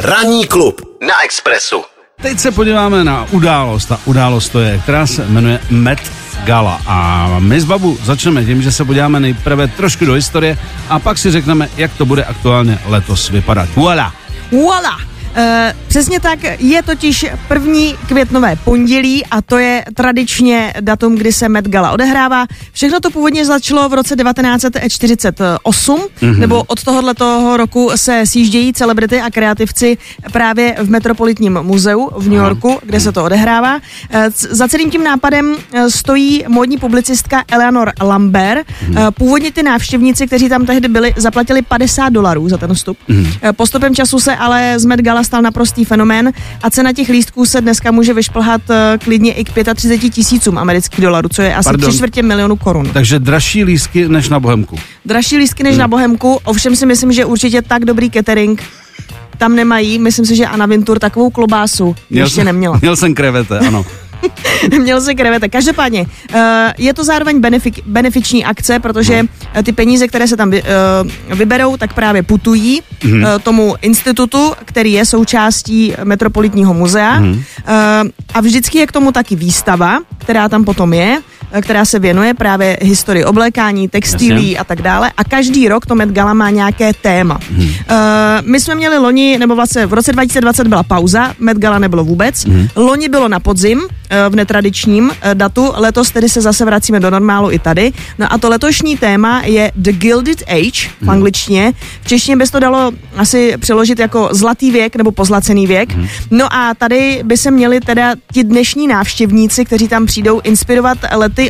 Ranní klub na Expressu. Teď se podíváme na událost. A událost to je, která se jmenuje Met Gala. A my s Babu začneme tím, že se podíváme nejprve trošku do historie a pak si řekneme, jak to bude aktuálně letos vypadat. Voilà! Přesně tak, je totiž 1. květnové pondělí a to je tradičně datum, kdy se Met Gala odehrává. Všechno to původně začalo v roce 1948, nebo od tohoto roku se sjíždějí celebrity a kreativci právě v Metropolitním muzeu v New Yorku, kde se to odehrává. Za celým tím nápadem stojí módní publicistka Eleanor Lambert. Původně ty návštěvníci, kteří tam tehdy byli, zaplatili $50 za ten vstup. Postupem času se ale z Met Gala stal naprostý fenomén a cena těch lístků se dneska může vyšplhat klidně i k 35 000 amerických dolarů, co je asi 3/4 milionu korun. Takže dražší lístky než na Bohemku. Dražší lístky než na Bohemku, ovšem si myslím, že určitě tak dobrý catering tam nemají. Myslím si, že Anna Wintour takovou klobásu ještě neměla. Měl jsem krevete, ano. Měl se krevete. Každopádně je to zároveň benefiční akce, protože ty peníze, které se tam vyberou, tak právě putují tomu institutu, který je součástí Metropolitního muzea. A vždycky je k tomu taky výstava, která tam potom je, která se věnuje právě historii oblékání, textilí a tak dále. A každý rok to Met Gala má nějaké téma. My jsme měli loni, nebo vlastně v roce 2020 byla pauza, Met Gala nebylo vůbec. Loni bylo na podzim, v netradičním datu, letos tedy se zase vracíme do normálu i tady. No a to letošní téma je The Gilded Age v angličtině. V češtině by se to dalo asi přeložit jako zlatý věk nebo pozlacený věk. No a tady by se měli teda ti dnešní návštěvníci, kteří tam přijdou, inspirovat lety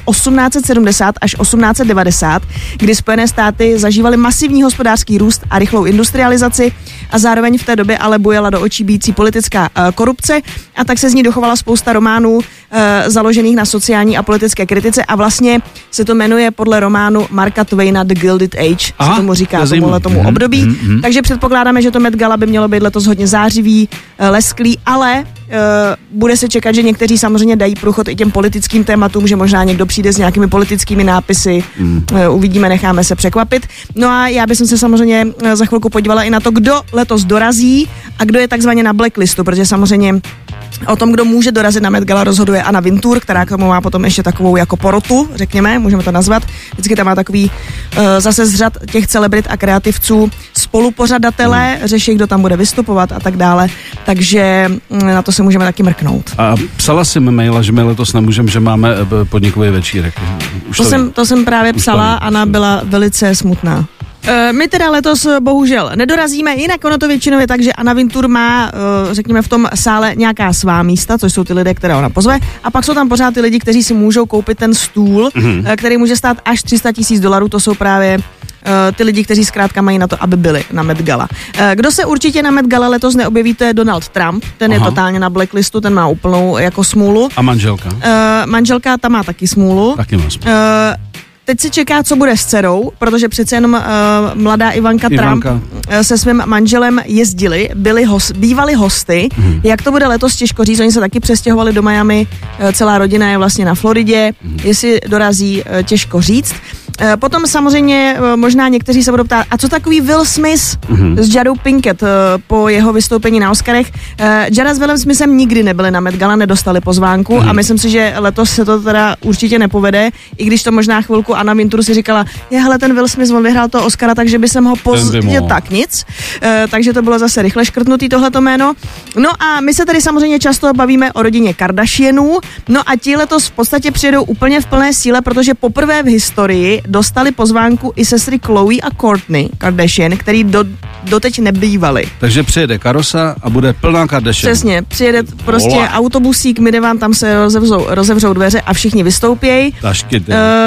1870 až 1890, kdy Spojené státy zažívaly masivní hospodářský růst a rychlou industrializaci a zároveň v té době ale bujela do očí bíjící politická korupce a tak se z ní dochovala spousta románů založených na sociální a politické kritice a vlastně se to jmenuje podle románu Marka Twaina The Gilded Age, se tomu říká tomu období. Takže předpokládáme, že to Met Gala by mělo být letos hodně zářivý, lesklý, ale bude se čekat, že někteří samozřejmě dají průchod i těm politickým tématům, že možná někdo přijde s nějakými politickými nápisy, uvidíme, necháme se překvapit. No a já bych se samozřejmě za chvilku podívala i na to, kdo letos dorazí a kdo je takzvaně na blacklistu, protože samozřejmě o tom, kdo může dorazit na Met Gala, rozhoduje Anna Wintour, která k tomu má potom ještě takovou jako porotu, řekněme, můžeme to nazvat. Vždycky tam má takový zase z řad těch celebrit a kreativců spolupořadatele, řeší, kdo tam bude vystupovat a tak dále. Takže na to se můžeme taky mrknout. A psala si mi maila, že my letos nemůžeme, že máme podnikový večírek. To jsem právě psala, Anna byla velice smutná. My teda letos bohužel nedorazíme, jinak ono to většinou je tak, že Anna Wintour má, řekněme, v tom sále nějaká svá místa, což jsou ty lidé, které ona pozve, a pak jsou tam pořád ty lidi, kteří si můžou koupit ten stůl, který může stát až $300,000, to jsou právě ty lidi, kteří zkrátka mají na to, aby byli na Met Gala. Kdo se určitě na Met Gala letos neobjeví, to je Donald Trump, ten je totálně na blacklistu, ten má úplnou jako smůlu. A manželka? Manželka, ta má taky smůlu. Taky má smůlu. Teď se čeká, co bude s dcerou, protože přece jenom mladá Ivanka Trump se svým manželem jezdili, bývali hosty. Jak to bude letos, těžko říct, oni se taky přestěhovali do Miami, celá rodina je vlastně na Floridě, jestli dorazí, těžko říct. Potom samozřejmě možná někteří se budou ptát, a co takový Will Smith s Jadou Pinkett po jeho vystoupení na Oscarech? Jada s Willem Smithem nikdy nebyli na Met Gala, nedostali pozvánku a myslím si, že letos se to teda určitě nepovede, i když to možná chvilku Anna Wintour si říkala, hele, ten Will Smith, on vyhrál toho Oscara, takže by jsem ho tak nic. Takže to bylo zase rychle škrtnutý tohleto jméno. No a my se tady samozřejmě často bavíme o rodině Kardashianů, no a ti letos v podstatě přijedou úplně v plné síle, protože poprvé v historii dostali pozvánku i sestry Khloe a Kourtney Kardashian, který doteď nebývali. Takže přijede karosa a bude plná Kardashian. Přesně, přijede prostě autobusík, minivan, tam se rozevřou dveře a všichni vystoupějí. Tašky,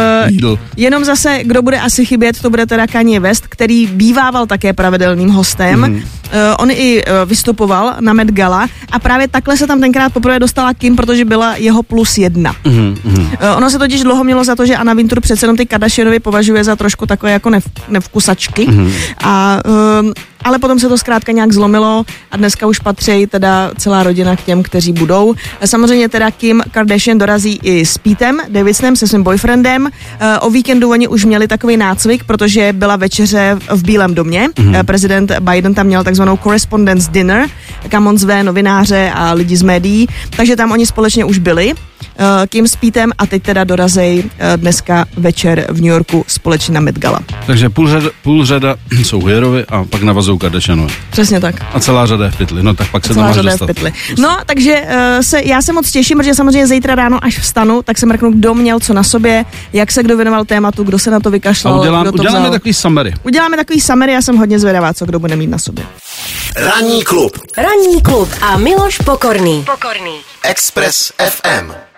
jenom zase, kdo bude asi chybět, to bude teda Kanye West, který bývával také pravidelným hostem. On i vystupoval na Met Gala a právě takhle se tam tenkrát poprvé dostala Kim, protože byla jeho +1. Ono se totiž dlouho mělo za to, že Anna Wintour přece jenom ty Kardashian Kardashianovi považuje za trošku takové jako nevkusačky. Ale potom se to zkrátka nějak zlomilo a dneska už patří teda celá rodina k těm, kteří budou. Samozřejmě teda Kim Kardashian dorazí i s Petem Davidsonem, se svým boyfriendem. O víkendu oni už měli takový nácvik, protože byla večeře v Bílém domě. Prezident Biden tam měl takzvanou correspondence dinner, kam on zve novináře a lidi z médií, takže tam oni společně už byli. Kim s Petem a teď teda dorazej dneska večer v New Yorku společně na Met Gala. Takže půl řada jsou Hoyerovi a pak navazují Kardashianovi. Přesně tak. A celá řada je v pytli, no tak pak se tam máš dostat. No, takže já se moc těším, protože samozřejmě zítra ráno, až vstanu, tak se mrknu, kdo měl co na sobě, jak se kdo věnoval tématu, kdo se na to vykašlal, uděláme takový summary. Uděláme takový summary, já jsem hodně zvědavá, co kdo bude mít na sobě. Ranní klub a Miloš Pokorný. Express FM.